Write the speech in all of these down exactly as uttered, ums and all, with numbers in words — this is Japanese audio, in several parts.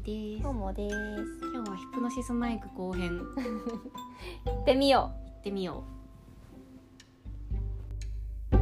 です。 ももです。 今日はヒプノシスマイク後編行ってみよ行ってみよう。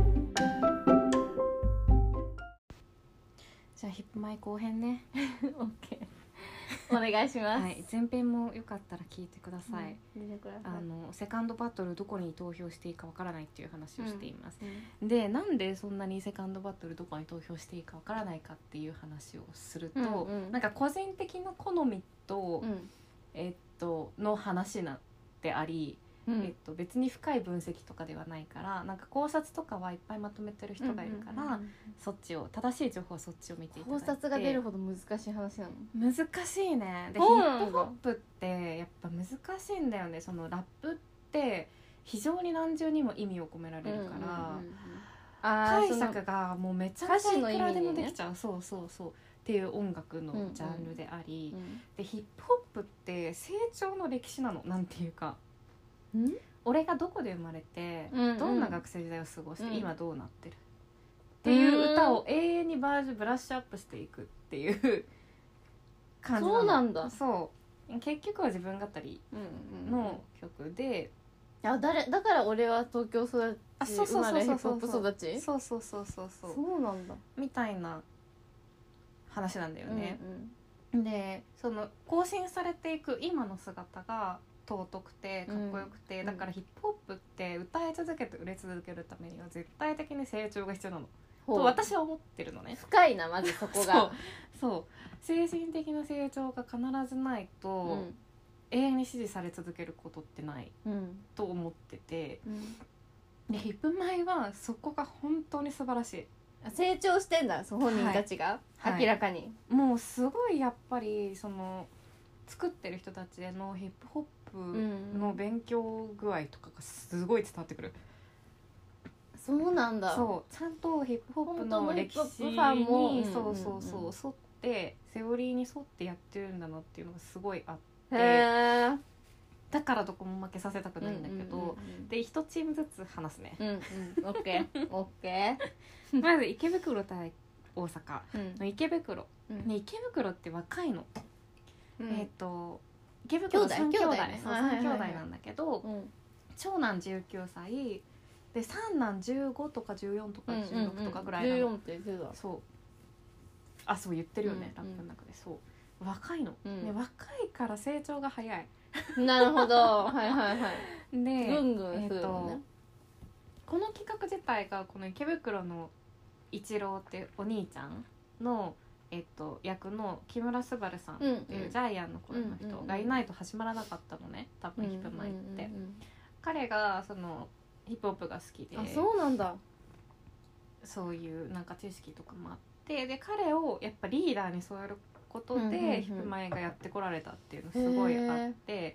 じゃあヒップマイ後編ね。 う。オッケー。お願いします。 はい、前編もよかったら聞いてください。 うん、見てください。 あのセカンドバトルどこに投票していいかわからないっていう話をしています、 うん、 でなんでそんなにセカンドバトルどこに投票していいかわからないかっていう話をすると、 うんうん、 なんか個人的な好みと、 うんえっとの話なであり、 うんえっと、別に深い分析とかではないから、なんか考察とかはいっぱいまとめてる人がいるから、 うんうんうん、 そっちを正しい情報はそっちを見ていただいて。 考察が出るほど難しい話なの。 難しいね。でヒそうなんだップホップってやっぱ難しいんだよね。そのラップって非常に何重にも意味を込められるから、 うんうんうんうん、あ解釈がもうめちゃくちゃいくらでもできちゃう、 ね、 そうそうそうっていう音楽のジャンルであり、 うんうん、 でヒップホップって成長の歴史なの。なんていうか、 ん俺がどこで生まれて、 うんうん、 どんな学生時代を過ごして、うん、今どうなってるっていう歌を永遠にバージョンブラッシュアップしていくっていう感じなの。 そうなんだ。 そう結局は自分語りの曲で、 うんうんうん、あ誰だから俺は東京育ち生まれヒップホップ育ち、 そうそうそうそうそうそうなんだみたいな話なんだよね、 うんうん、 でその更新されていく今の姿が尊くてかっこよくて、うん、だからヒップホップって歌い続けて売れ続けるためには絶対的に成長が必要なのと私は思ってるのね。 深いなまずそこがそうそう精神的な成長が必ずないと、うん、永遠に支持され続けることってないと思ってて、うん、でヒップマイはそこが本当に素晴らしい。 成長してんだその本人たちが、はい、明らかに、 はい、もうすごいやっぱりその作ってる人たちへのヒップホップの勉強具合とかがすごい伝わってくる、 うん、そうなんだ。 そうちゃんとヒップホップの歴史にそうそうそう沿ってセオリーに沿ってやってるんだなっていうのがすごいあって、 へだからどこも負けさせたくないんだけど、うんうんうんうん、で一チームずつ話すね。 うんうん、オッケーオッケーまず池袋対大阪の池袋、うんね、池袋って若いの、うん、えっ、ー、と池袋さん兄弟、そうさん兄弟なんだけど、うん、長男じゅうきゅうさいで三男じゅうごとかじゅうよんとかじゅうろくとかぐらいなの、 うんうんうん、じゅうよんって言ってた。 そうあそう言ってるよね、 うんうん、 ラップの中でそう若いの、うん、ね、若いから成長が早いなるほどはいはいはいでぐんぐんするのね、えー、とこの企画自体がこの池袋の一郎ってお兄ちゃんの、えー、と役の木村昴さんっていうジャイアンの声の人がいないと始まらなかったのね、多分ヒップマイって、うんうんうんうん、彼がそのヒップホップが好きで、 あそうなんだ、 そういうなんか知識とかもあってで彼をやっぱリーダーに添えることで、うんうんうん、ヒップマイがやってこられたっていうのすごいあって、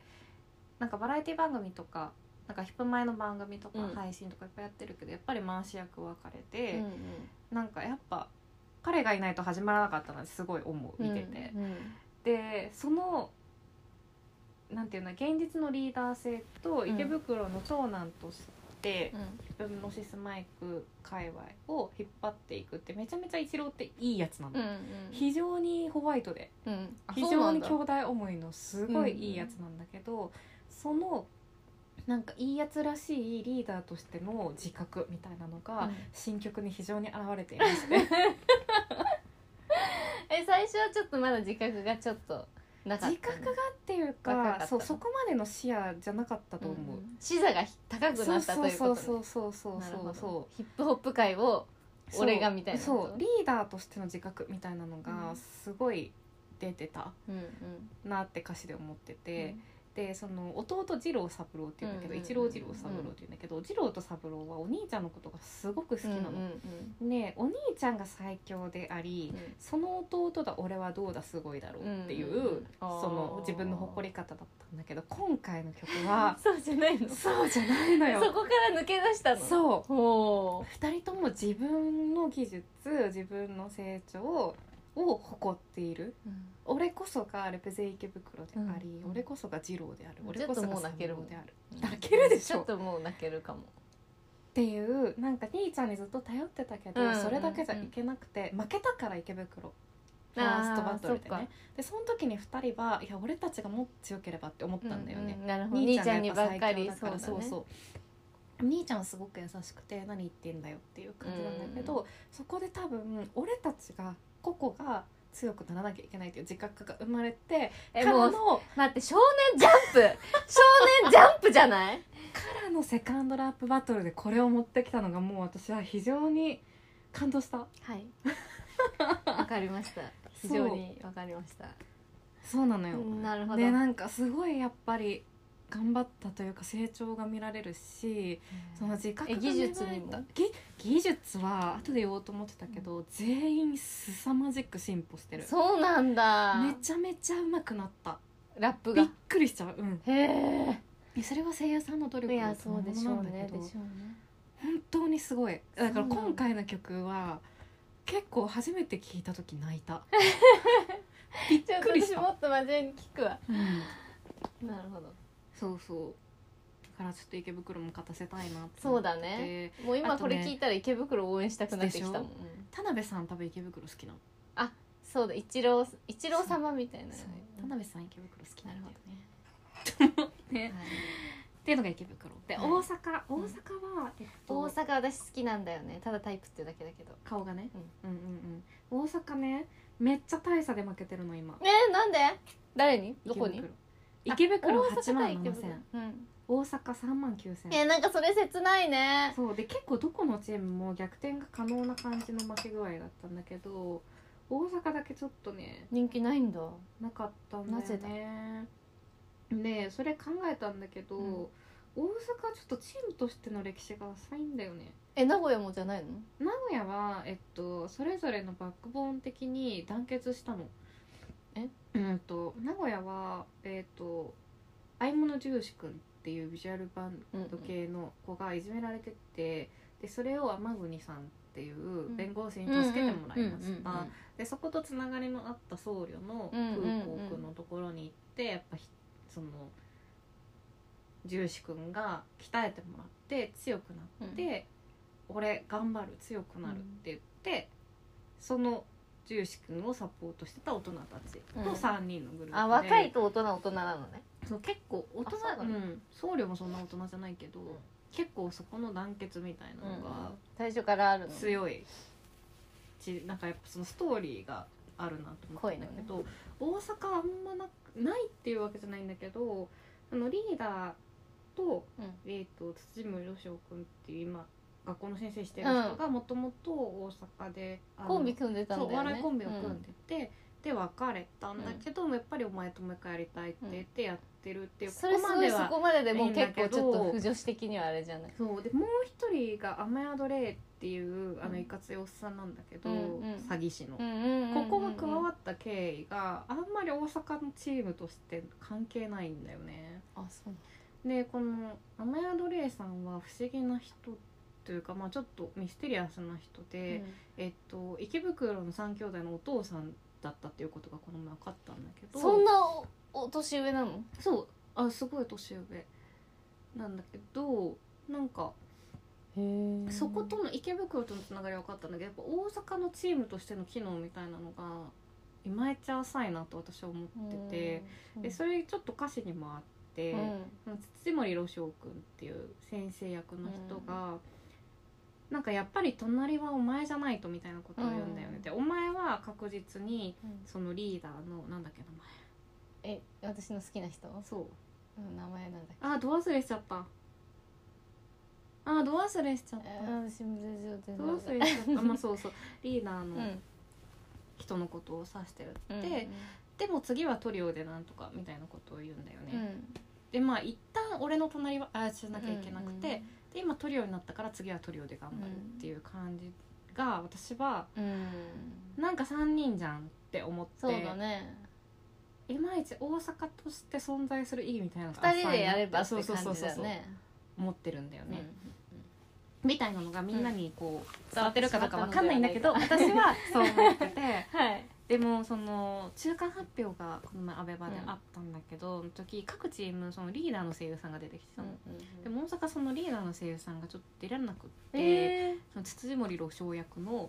なんかバラエティ番組とかなんかヒップマイの番組とか配信とかいっぱいやってるけど、うん、やっぱり回し役分かれて、うんうん、なんかやっぱ彼がいないと始まらなかったなってすごい思う見てて、うんうん、でそのなんていうの現実のリーダー性と池袋の長男としてでヒプノシスマイク界隈を引っ張っていくってめちゃめちゃイチローっていいやつなの、うんうん、非常にホワイトで、うん、非常に兄弟思いのすごいいいやつなんだけど、うんうん、そのなんかいいやつらしいリーダーとしての自覚みたいなのが新曲に非常に表れていまして、うん、 え最初はちょっとまだ自覚がちょっとなかった、 自覚がっていうか そ, そこまでの視野じゃなかったと思う、うん、 視座が高くなったということね。 そうそうそうそうそうそうヒップホップ界を俺がみたいなそうリーダーとしての自覚みたいなのがすごい出てたなって歌詞で思ってて、うんでその弟次郎三郎っていうんだけど、うんうん、一郎次郎三郎っていうんだけど、次郎と三郎はお兄ちゃんのことがすごく好きなの、うんうんうん、でお兄ちゃんが最強であり、うん、その弟だ俺はどうだすごいだろうっていう、うんうん、その自分の誇り方だったんだけど今回の曲はそうじゃないのそうじゃないのよそこから抜け出したの。 そうふたりとも自分の技術自分の成長を誇っている、うん、俺こそがレペゼ池袋であり、うん、俺こそが二郎である、俺こそが三郎である、泣けるでしょ。 ちょっともう泣けるかもっていうなんか兄ちゃんにずっと頼ってたけど、うんうんうん、それだけじゃいけなくて負けたから池袋ファーストバトルでね。でその時にふたりはいや俺たちがもっと強ければって思ったんだよね、 うんうん、なるほど、兄ちゃんにばっかり、 そうだね、そうそう兄ちゃんはすごく優しくて何言ってんだよっていう感じなんだけど、うん、そこで多分俺たちが個々が強くならなきゃいけないという自覚が生まれて、 えもう待って少年ジャンプ少年ジャンプじゃないからのセカンドラップバトルでこれを持ってきたのがもう私は非常に感動した。 はいわかりました、非常にわかりました。 そうなのよ、 なるほど。 でなんかすごいやっぱり頑張ったというか成長が見られるし、その自覚が技術にも技術は後で言おうと思ってたけど、うん、全員凄まじく進歩してる。 そうなんだ、 めちゃめちゃ上手くなった、 ラップがびっくりしちゃう、うん、 へえ。 それは声優さんの努力だと思うなんだけど、本当にすごい。だから今回の曲は結構初めて聴いた時泣いたびっくりした。 私もっと真面目に聞くわ、うん、なるほど。 そうそう、だからちょっと池袋も勝たせたいなって思って。 そうだね、もう今これ聞いたら池袋を応援したくなってきたもん、うん、 田辺さん多分池袋好きなの。 あ、そうだ、一郎一郎様みたいな、ね、 田辺さん池袋好きなんだよねね、はい、っていうのが池袋で、はい、大阪大阪は、えっと、 大阪私好きなんだよね。ただタイプっていうだけだけど顔がね、うん、うんうんうん。大阪ねめっちゃ大差で負けてるの今。 えー、なんで？誰に？どこに？ 池袋はちまんななせん、うん、大阪さんまんきゅうせん。 えー、なんかそれ切ないね。 そうで結構どこのチームも逆転が可能な感じの負け具合だったんだけど、大阪だけちょっとね人気ないんだ。 なかったんだよね。なぜだ？でそれ考えたんだけど、うん、大阪ちょっとチームとしての歴史が浅いんだよね。 え、名古屋もじゃないの？ 名古屋は、えっと、それぞれのバックボーン的に団結したの。え、うんと名古屋はえっと相物重視くんっていうビジュアルバンド系の子がいじめられてて、でそれを天国さんっていう弁護士に助けてもらいました。でそことつながりのあった僧侶の空港くんのところに行って、やっぱその重視くんが鍛えてもらって強くなって、うん、俺頑張る強くなるって言って、うん、その重視くんをサポートしてた大人たちとさんにんのグループで、うん、 あ、若いと大人大人なのね。 そう結構大人、そう、ね、うん、僧侶もそんな大人じゃないけど、うん、結構そこの団結みたいなのが、うん、 最初からあるの強いち、なんかやっぱそのストーリーがあるなと思ったんだけど、ね、大阪あんま な, ないっていうわけじゃないんだけど、あのリーダーと、うん、えー、と土森良翔くんっていう今学校の先生してる人がもともと大阪で、 うん、コンビ組んでたんだよね。 そうお笑いコンビを組んでて、うん、で別れたんだけど、うん、やっぱりお前ともう一回やりたいって言ってやってるっていう、うん、 それすごいそこまででもう結構ちょっと不女子的にはあれじゃない。 そうでもう一人がアメアドレイっていうあのいかついおっさんなんだけど、うんうん、詐欺師の、うんうんうんうん、ここが加わった経緯があんまり大阪のチームとして関係ないんだよね。 あ、そうでこのアメアドレイさんは不思議な人というか、まあ、ちょっとミステリアスな人で、うん、えっと、池袋の三兄弟のお父さんだったっていうことがこの前分かったんだけど。 そんな お, お年上なの？ そう、あ、すごい年上なんだけど、なんかへそことの池袋とのつながりは分かったんだけど、やっぱ大阪のチームとしての機能みたいなのがいまいち浅いなと私は思ってて、でそれちょっと歌詞にもあって、うん、土森良翔くんっていう先生役の人が、うん、なんかやっぱり隣はお前じゃないとみたいなことを言うんだよね、うん、でお前は確実にそのリーダーのなんだっけ名前、え、私の好きな人？ そう、 うん、名前なんだっけ。 あ、ど忘れしちゃった。あ、ど忘れしちゃった、えー、私も全然ど忘れしちゃったまあそうそう、リーダーの人のことを指してるって、うんうん、でも次はトリオでなんとかみたいなことを言うんだよね、うん、でまあ一旦俺の隣はああしなきゃいけなくて、うんうん、で今トリオになったから次はトリオで頑張るっていう感じが私は、うん、なんかさんにんじゃんって思って、 そうだね、 いまいち大阪として存在する意義みたいなのがふたりでやればって感じだね、 思ってるんだよね、うん、みたいなのがみんなにこう伝わってるかどうか分かんないんだけど、私はそう思ってて、はい、でもその中間発表がこの前アベバであったんだけど、うん、の時各チームそのリーダーの声優さんが出てきてたの、うんうんうん、でも大阪そのリーダーの声優さんがちょっと出られなくって、えー、その土森良翔役の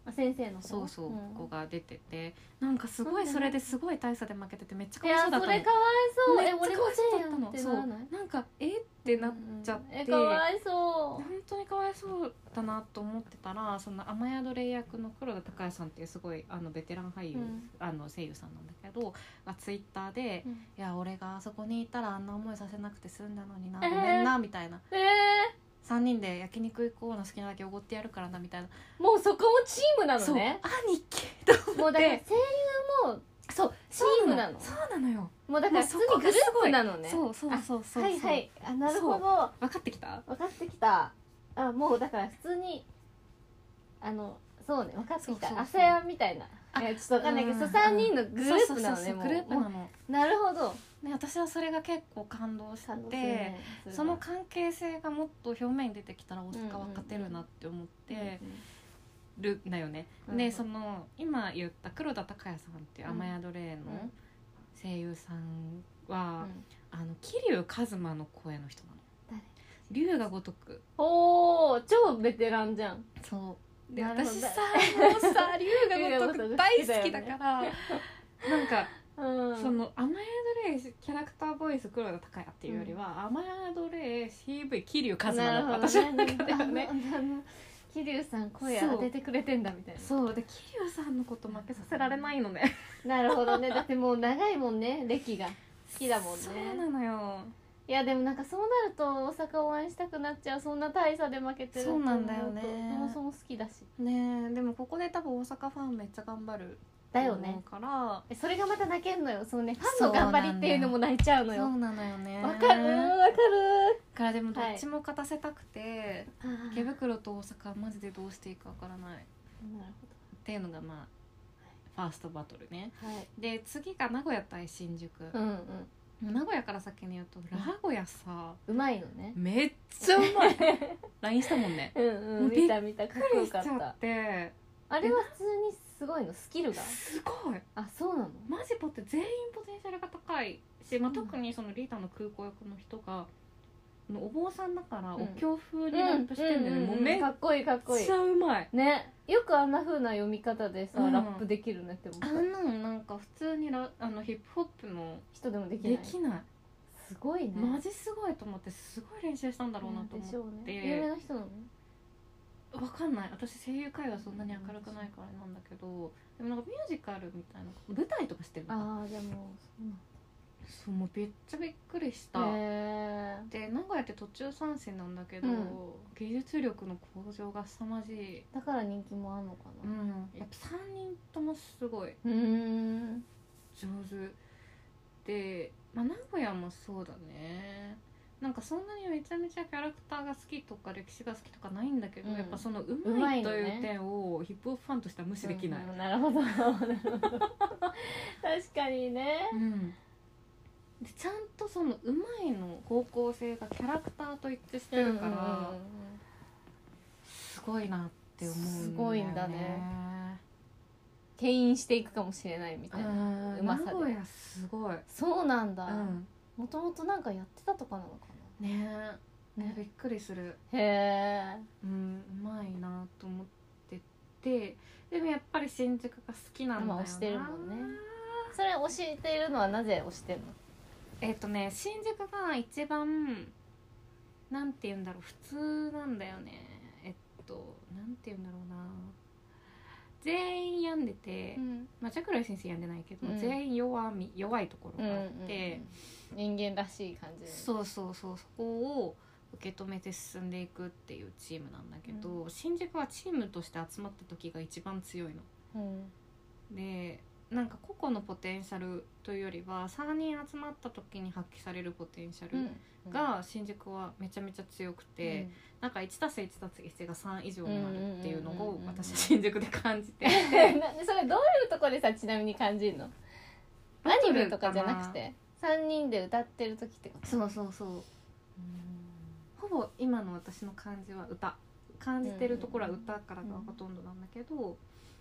あ先生の方そうそう、 ん子が出ててなんかすごいそれですごい大差で負けててめっちゃかいやわいそうだったの。 それかわいそうめっえ俺もちゃかわいそうだったせえやんっての。そうならないなんかえってなっちゃって、 うんえかわいそ本当にかわいそうだなと思ってたら、その雨宿れ役の黒田孝也さんっていうすごいあのベテラン俳優、 うん、 あの声優さんなんだけどがツイッターで、 う、うん、 いや俺があそこにいたらあんな思いさせなくて済んだのにな、 えーごめんなみたいな、 えさんにんで焼肉行こうの好きなだけおごってやるからなみたいな、 ー、もうそこもチームなのそうね兄貴と思ってもうだから声優もそうチームなのそうなのよ。 もうだから普通にグループなのねそうそうそうそう、 はいはいあなるほど分かってきた。 分かってきたあもうだから普通にあのそうね分かってきそうそうそうたアセアンみたいなえちょっと分かんないけど、 うんそうさんにんのグループなのそうそうそうねもうグループなの。 もうなるほどね、私はそれが結構感動して感動するねその関係性がもっと表面に出てきたら大阪は勝てるなって思ってるんだよね、 うんうんでその今言った黒田孝也さんっていう雨宿れの声優さんは、あの桐生一馬の声の人なの。 誰龍が如く。 おー超ベテランじゃんそうでなるほど私さもうさ龍が如く大好きだからなんか、 うんその雨宿れキャラクターボイス黒田孝也っていうよりは、うん、雨宿れ シーブイ 桐生一馬の私の中ではね桐生さん声当ててくれてんだみたいなそうで桐生さんのこと負けさせられないのねなるほどねだってもう長いもんね歴が好きだもんねそうなのよ。 いやでもなんかそうなると大阪応援したくなっちゃうそんな大差で負けてるって思そうなんだよねそもそも好きだしねえでもここで多分大阪ファンめっちゃ頑張るだよねからそれがまた泣けんのよそのねファンの頑張りっていうのも泣いちゃうのよそうなのよね。 わかるわかるからでもどっちも勝たせたくて、 はい、 池袋と大阪はマジでどうしていいかわからないなるっていうのがまあファーストバトルね。 ほどはいで次が名古屋対新宿、 うんうん名古屋から先に言うと名古屋さうまいのねめっちゃうまいライン したもんね。 うんうんもう見た見たかっこよかっびっくりしちゃったてあれは普通にすごいのスキルがすごいあそうなのマジポって全員ポテンシャルが高いし、まあ、 うん特にそのリーダーの空港役の人がお坊さんだからうんお経風にラップしてんだよね、もうめっかっこいいかっこいいちゃうまい。 ねよくあんな風な読み方でさ、 うんラップできるねって思ったあんなのなんか普通にラあのヒップホップの人でもできないできないすごいねマジすごいと思ってすごい練習したんだろうなとでしょう思って、 ね有名な人なのわかんない私声優界はそんなに明るくないからなんだけどでもなんかミュージカルみたいな舞台とかしてるのかああでもそうもうめっちゃびっくりした。 へえで名古屋って途中参戦なんだけど、 うん技術力の向上が凄まじい、 だから人気もあんのかうな、 ん、やっぱさんにんともすごいうん上手で、まあ、名古屋もそうだねなんかそんなにめちゃめちゃキャラクターが好きとか歴史が好きとかないんだけど、 うんやっぱそのうまいという点をヒップホップファンとしては無視できない、 うん、なるほどなるほど確かにねうんでちゃんとそのうまいの方向性がキャラクターと一致してるから、 うんうんうんすごいなって思うんだよね。 すごいんだね牽引していくかもしれないみたいなうんうまさで名古屋すごい、 そうなんだうんもともとなんかやってたとかなのかねえねびっくりする、 なへえうん、うまいなと思っててでもやっぱり新宿が好きなんだよな、 まあ推してるもんねそれ教えているのはなぜ推してるのえっ、とね新宿が一番なんて言うんだろう普通なんだよねえっとなんて言うんだろうな全員病んでて、 うんまあ、ジャクライ先生病んでないけど、 うん全員弱み弱いところがあって、 うんうんうん人間らしい感じでそうそうそうそこを受け止めて進んでいくっていうチームなんだけど、新宿はチームとして集まった時が一番強いのうんでなんか個々のポテンシャルというよりはさんにん集まった時に発揮されるポテンシャルが新宿はめちゃめちゃ強くて、なんか いちたすいちたすいちがさん以上になるっていうのを私は新宿で感じていてなそれどういうところでさちなみに感じるのアニメとかじゃなくてさんにんで歌ってる時ってことそうそうそうほぼ今の私の感じは歌感じてるところは歌からがほとんどなんだけど、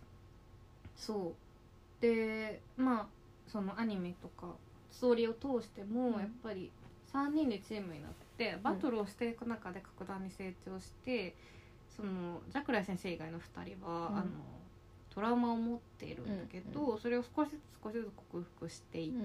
そうでまあそのアニメとかストーリーを通してもやっぱりさんにんでチームになってバトルをしていく中で格段に成長して、そのジャクライ先生以外のふたりは、 うんあのトラウマを持っているんだけど、 うんそれを少しずつ少しずつ克服していって、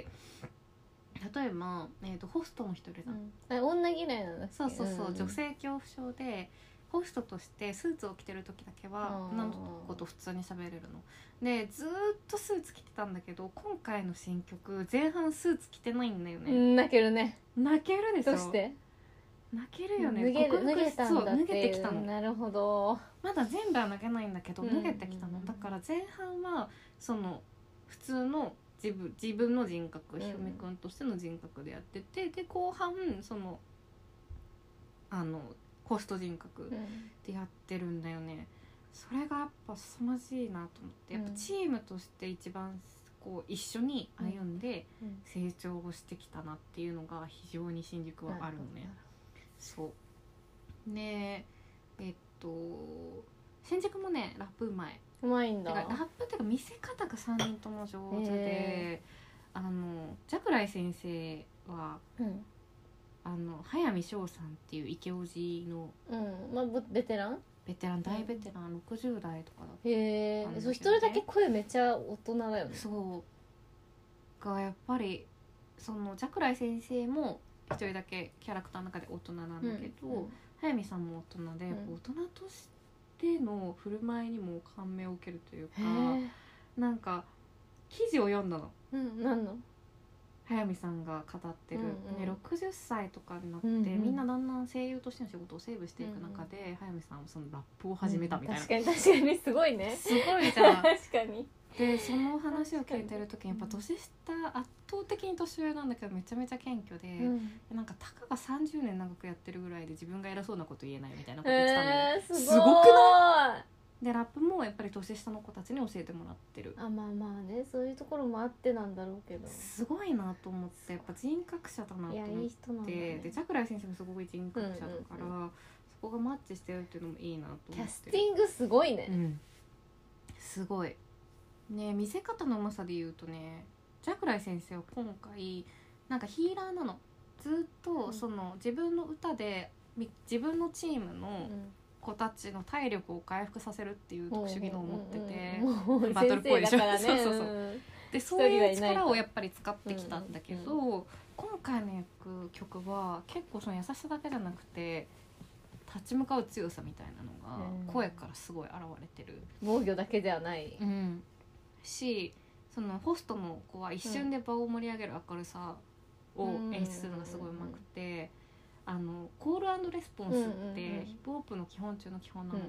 うん、例えば、えーと、ホストの人いるじゃん、 うん、女嫌いなんだっけ。 そうそうそう、 うん、 女性恐怖症でホストとしてスーツを着てる時だけは女の子と普通に喋れるので、ずーっとスーツ着てたんだけど、今回の新曲前半スーツ着てないんだよね、 うん、泣けるね。 泣けるでしょ。 どうして？ 泣けるよね。 脱げる、脱げたんだって。 そう脱げてきたの。 なるほど。 まだ全部は脱げないんだけど、 うん、 脱げてきたのだから前半はその普通の自分自分の人格、ひふみくんとしての人格でやってて、で後半そのあのホスト人格でやってるんだよね、うん、それがやっぱ凄まじいなと思って、やっぱチームとして一番こう一緒に歩んで成長をしてきたなっていうのが非常に新宿はあるのね、そうね。えっと新宿もねラップうまい。 うまいんだ。 ラップっていうか見せ方がさんにんとも上手で、あのジャクライ先生は、うん、あの早見翔さんっていうイケオジの、 うんまあ、ベテランベテラン大ベテラン、うん、ろくじゅう代とかだったんだけど、ね、 へえ。そう一人だけ声めっちゃ大人だよね。 そうがやっぱりそのジャクライ先生も一人だけキャラクターの中で大人なんだけど、うんうん、早見さんも大人で、うん、大人としての振る舞いにも感銘を受けるというか、なんか記事を読んだの、 うん、何の早見さんが語ってる、うんうんね、ろくじゅっさいとかになって、うんうん、みんなだんだん声優としての仕事をセーブしていく中で、うんうん、早見さんはそのラップを始めたみたいな、うん、 確かに確かにすごいね。 すごいじゃん確かに。 でその話を聞いてる時にやっぱ年下、圧倒的に年上なんだけどめちゃめちゃ謙虚で、うん、なんかたかがさんじゅうねん長くやってるぐらいで自分が偉そうなこと言えないみたいなこと言ってたんで、えー、す, すごくないでラップもやっぱり年下の子たちに教えてもらってる。 あまあまあね、そういうところもあってなんだろうけど、 すごいなと思って、やっぱ人格者だなと思って。いやいい人なんだね。でジャクライ先生もすごい人格者だから、うんうんうん、そこがマッチしてるっていうのもいいなと思って。 キャスティングすごいね、 うん、すごいね。見せ方のうまさで言うとね、ジャクライ先生は今回なんかヒーラーなの。ずっとその自分の歌で自分のチームの子たちの体力を回復させるっていう特殊技能を持ってて、 うんうんうん、バトルっぽいでしょ。そうそうそう。 でそういう力をやっぱり使ってきたんだけど、うんうん、今回の曲は結構その優しさだけじゃなくて立ち向かう強さみたいなのが声からすごい現れてる。 防御だけではない。 うん。し、そのホストの子は一瞬で場を盛り上げる明るさを演出するのがすごいうまくて、あのコール&レスポンスってヒップホップの基本中の基本なの、うんうん、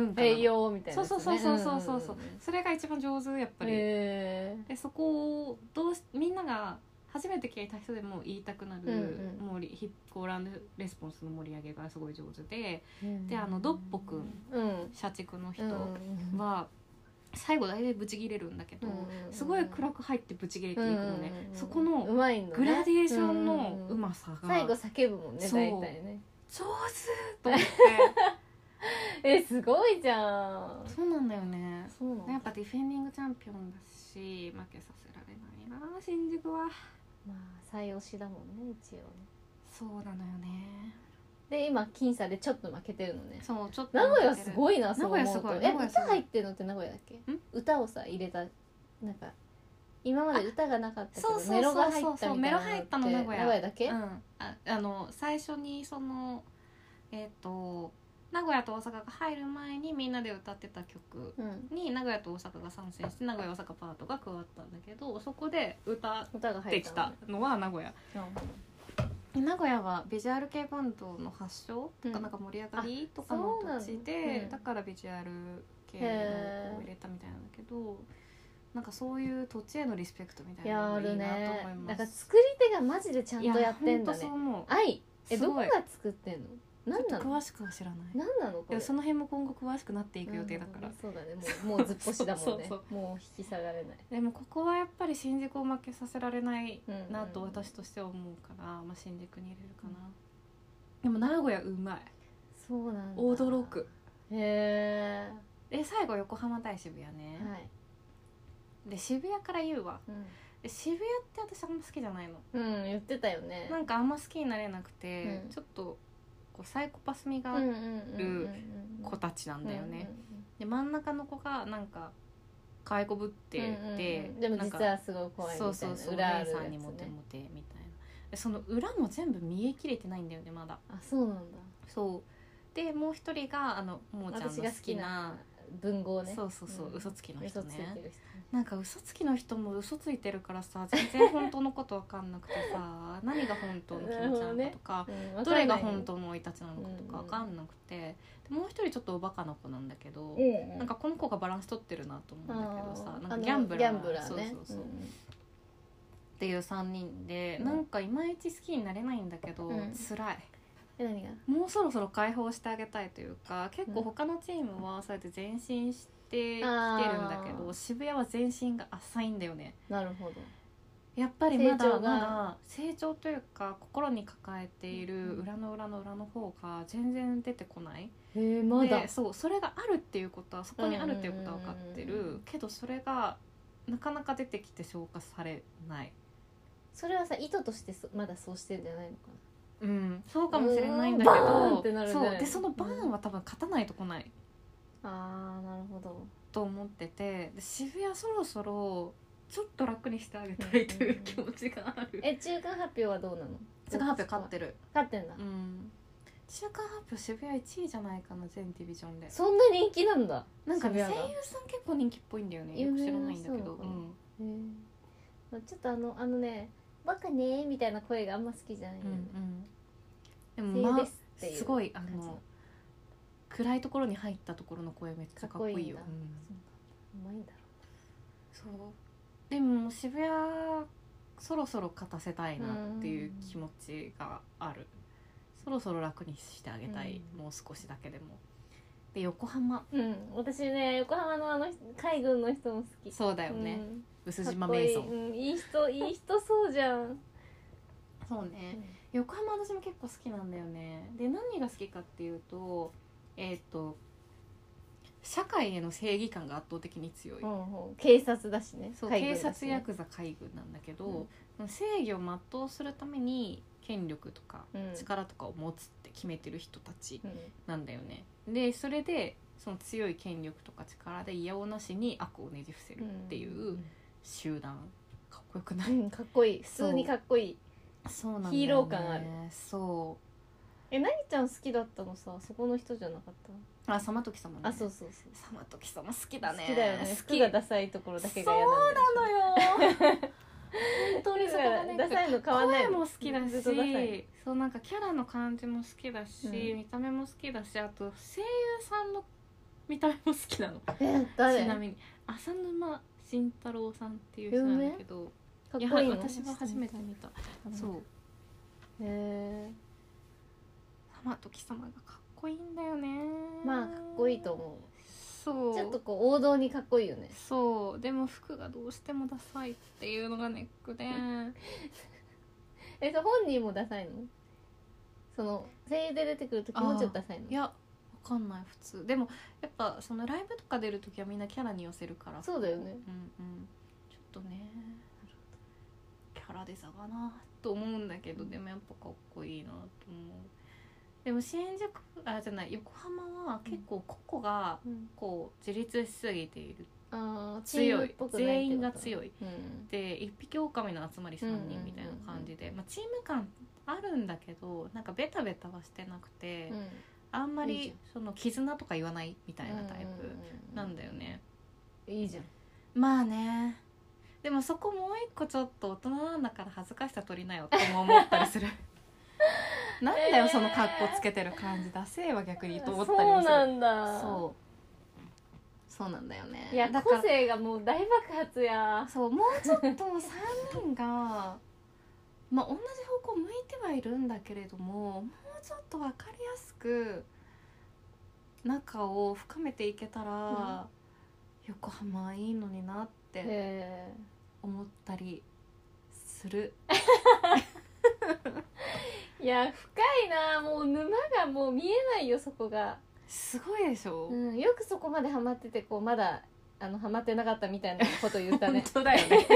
文化なの。 栄養みたいな、ね、 そうそうそうそうそうそう、それが一番上手やっぱり。でそこをどうしみんなが初めて聞いた人でも言いたくなる、うんうん、ヒップコール&レスポンスの盛り上げがすごい上手で、うん、であのドッポくん、うん、社畜の人は最後大体ブチギレるんだけど、うん、すごい暗く入ってブチギレていくのね、うん、そこのグラデーションのうまさが、 最後叫ぶもんね大体ね。 上手と思ってえすごいじゃん。 そうなんだよね。そうなんだ。やっぱディフェンディングチャンピオンだし負けさせられないな新宿は。 まあ最推しだもんね一応ね。 そうなのよね。 で今僅差でちょっと負けてるのね。 そうちょっと名古屋すごいな。 名古屋すごい。 え歌入ってるのって名古屋だっけ？歌をさ入れたなんか今まで歌がなかったけどメロが入ったみたいなのってメロ入ったの名古屋。名古屋だけ？うん。 ああの最初にそのえっと名古屋と大阪が入る前にみんなで歌ってた曲に、うん、名古屋と大阪が参戦して名古屋大阪パートが加わったんだけど、そこで歌ってきたのは名古屋。名古屋はビジュアル系バンドの発祥とか、うん、なんか盛り上がりとかの土地で、うん、だからビジュアル系のを入れたみたいなんだけど、なんかそういう土地へのリスペクトみたいなのがいいなと思います。 ね、なんか作り手がマジでちゃんとやってんだね。愛えどこが作ってんの？何なの？ 詳しくは知らない。 何なのこれ？ その辺も今後詳しくなっていく予定だから。 そうだね。もうもうずっぽしだもんね。そうそうもう引き下がれない。 でもここはやっぱり新宿を負けさせられないなと私としては思うから、まあ新宿に入れるかな。うん、でも名古屋うまい。 そうなんだ。 驚く。 へえ。で最後横浜対渋谷ね。はい。で渋谷から言うわ。うん、渋谷って私あんま好きじゃないの。 うん言ってたよね。 なんかあんま好きになれなくて、うん、ちょっとこうサイコパス味がある子たちなんだよね。 で真ん中の子がなんか可愛こぶってて、うんうんうん、 でも実はすごい怖いみたいな、 そうそうそう、裏あるやつね、お姉さんにモテモテみたいな。でその裏も全部見えきれてないんだよねまだ。 あ、そうなんだ。 そうでもう一人があのももちゃんの好きな文豪ね。 そうそうそう、うん、嘘つきの人ね。 嘘ついてる人。 なんか嘘つきの人も嘘ついてるからさ全然本当のこと分かんなくてさ何が本当の気持ちなのかとか、ね、うん、どれが本当の生い立ちなのかとか分かんなくて、うんうん、でもう一人ちょっとおバカな子なんだけど、うんうん、なんかこの子がバランス取ってるなと思うんだけどさ、なんかギャンブラー、 ギャンブラーね、 そうそうそう、うん、っていうさんにんで、うん、なんかいまいち好きになれないんだけど、うん、辛い。 え、何が？ もうそろそろ解放してあげたいというか、結構他のチームはそうやって前進してきてるんだけど、渋谷は前進が浅いんだよね。 なるほど。 やっぱりまだまだ成長というか心に抱えている裏の裏の裏の方が全然出てこない。 へー、まだ。 で、そう、それがあるっていうことはそこにあるっていうことは分かってるけど、それがなかなか出てきて消化されない。 それはさ、意図としてまだそうしてるんじゃないのかな。 うん、そうかもしれないんだけど、 そうでそのバーンは多分勝たないとこない、 うん、あー、なるほどと思ってて、で渋谷そろそろちょっと楽にしてあげたいという気持ちがある、うんうん、 え、中間発表はどうなの？ 中間発表勝ってる勝ってんだ、 うん、中間発表渋谷いちいじゃないかな、全ディビジョンで。 そんな人気なんだ。 なんか、ね、声優さん結構人気っぽいんだよね。よく知らないんだけど、 うん、へー、ちょっとあのあのね、バカねみたいな声があんま好きじゃないんだよね、 うんうん、でもまあ す, すごいあの暗いところに入ったところの声めっちゃかっこいいよ。 かっこいいんだ、うん、うまいんだろう。 そうでも渋谷そろそろ勝たせたいなっていう気持ちがある、そろそろ楽にしてあげたい、うん、もう少しだけでも。で横浜、 うん、私ね横浜のあの海軍の人も好き。 そうだよね、うん、臼島メイソン、 うん、いい人いい人そうじゃん。 そうね、うん、横浜私も結構好きなんだよね。で何が好きかっていうと、えっと社会への正義感が圧倒的に強い、うんうん、警察だしね。 そう、警察ヤクザ海軍なんだけど、うん、正義を全うするために権力とか力とかを持つって決めてる人たちなんだよね、うん、でそれでその強い権力とか力でいやおうなしに悪をねじ伏せるっていう集団、かっこよくない？ うん、かっこいい。普通にかっこいい。 そうなんだよね、 ヒーロー感ある。 そう。 え、なにちゃん好きだったのさ、そこの人じゃなかった？ あ、さまとき様ね。 あ、そうそうそう。 さまとき様好きだね。 好きだよね。服がダサいところだけが嫌なんだよ。 そうなのよ。本当にそこがね、 ダサいの変わんない。 声も好きだし、そうなんかキャラの感じも好きだし、うん、見た目も好きだし、あと声優さんの見た目も好きなの。 え、誰？ ちなみに浅沼慎太郎さんっていう人なんだけど、 かっこいいの？ 私は初めて見た。そう。 へえ。 さまとき様がかっこいいんだよね。 まあかっこいいと思う。 そう。 ちょっとこう王道にかっこいいよね。 そう。でも服がどうしてもダサいっていうのがネックで。 え、本人もダサいの？その声優で出てくる時もちょっとダサいの？ いや、わかんない。普通。でもやっぱそのライブとか出る時はみんなキャラに寄せるから。 そうだよね。 うんうん。ちょっとね。キャラデザかなと思うんだけど、でもやっぱかっこいいなと思う。でも新宿あじゃない横浜は結構個々がこう自立しすぎている、 うん、あ強い全員が強い、うん、で一匹狼の集まりさんにんみたいな感じで、うんうんうん、まあ、チーム感あるんだけどなんかベタベタはしてなくて、うん、あんまりいいその絆とか言わないみたいなタイプなんだよね、 うんうんうん、いいじゃん。 まあね。でもそこもう一個ちょっと大人なんだから恥ずかしさ取りなよっても思ったりするなんだよ、えー、その格好つけてる感じダセーは逆にと思ったりもする。 そうなんだ。 そうそうなんだよね。 いやだ個性がもう大爆発や。 そうもうちょっとさんにんがまあ同じ方向向いてはいるんだけれどももうちょっと分かりやすく仲を深めていけたら、うん、横浜はいいのになって思ったりするいや深いな。もう沼がもう見えないよ。そこがすごいでしょ、 うん、よくそこまでハマっててこうまだあのハマってなかったみたいなこと言ったね本当だよね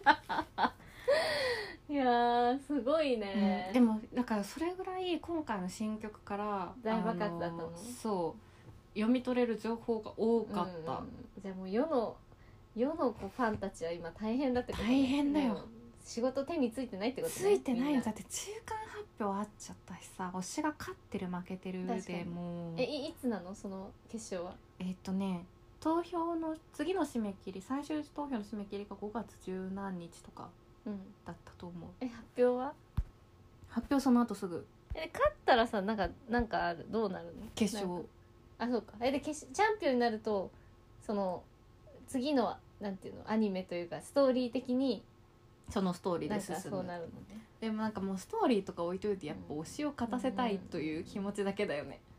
いやーすごいね、 うん、でもだからそれぐらい今回の新曲から大爆発だったの。 そう読み取れる情報が多かった、 うんうん、じゃあもう世の世のこうファンたちは今大変だってこと、ね、 大変だよ。 仕事手についてないってことね。 ついてないよ。だって中間発表あっちゃったしさ、推しが勝ってる負けてるでもうえ い, いつなのその決勝は。 えー、っとね投票の次の締め切り、最終投票の締め切りがごがつ十何日とかだったと思う、 うん、え発表は発表その後すぐ。 え勝ったらさなんかなんかあるどうなるの決勝。 あそうか。えで決チャンピオンになるとその次のなんていうのアニメというかストーリー的にそのストーリーで進む。 そうなるのね。 でもなんかもうストーリーとか置いといてやっぱ推しを勝たせたいという気持ちだけだよね、うんうん、なる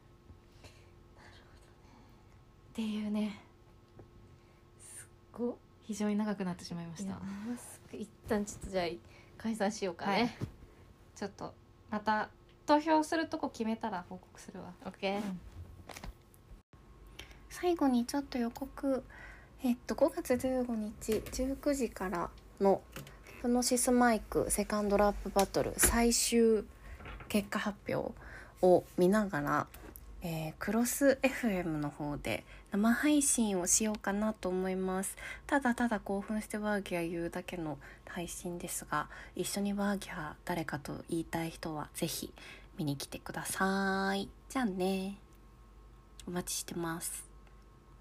ほどねっていうね。 すっご非常に長くなってしまいました。 一旦ちょっとじゃあ解散しようかね、はい、 ちょっとまた投票するとこ決めたら報告するわ。 OK、うん、 最後にちょっと予告、えっとごがつじゅうごにちじゅうくじからのプノシスマイクセカンドラップバトル最終結果発表を見ながら、えー、クロス エフエム の方で生配信をしようかなと思います。ただただ興奮してワーギャー言うだけの配信ですが、一緒にワーギャー誰かと言いたい人はぜひ見に来てください。じゃあね、お待ちしてます。